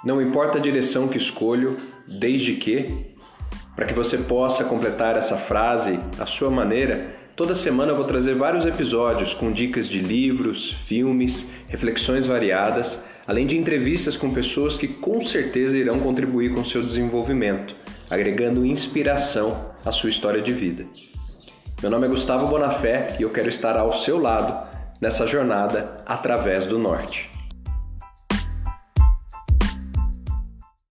Não importa a direção que escolho, desde que... Para que você possa completar essa frase à sua maneira, toda semana eu vou trazer vários episódios com dicas de livros, filmes, reflexões variadas, além de entrevistas com pessoas que com certeza irão contribuir com o seu desenvolvimento, agregando inspiração à sua história de vida. Meu nome é Gustavo Bonafé e eu quero estar ao seu lado nessa jornada através do Norte.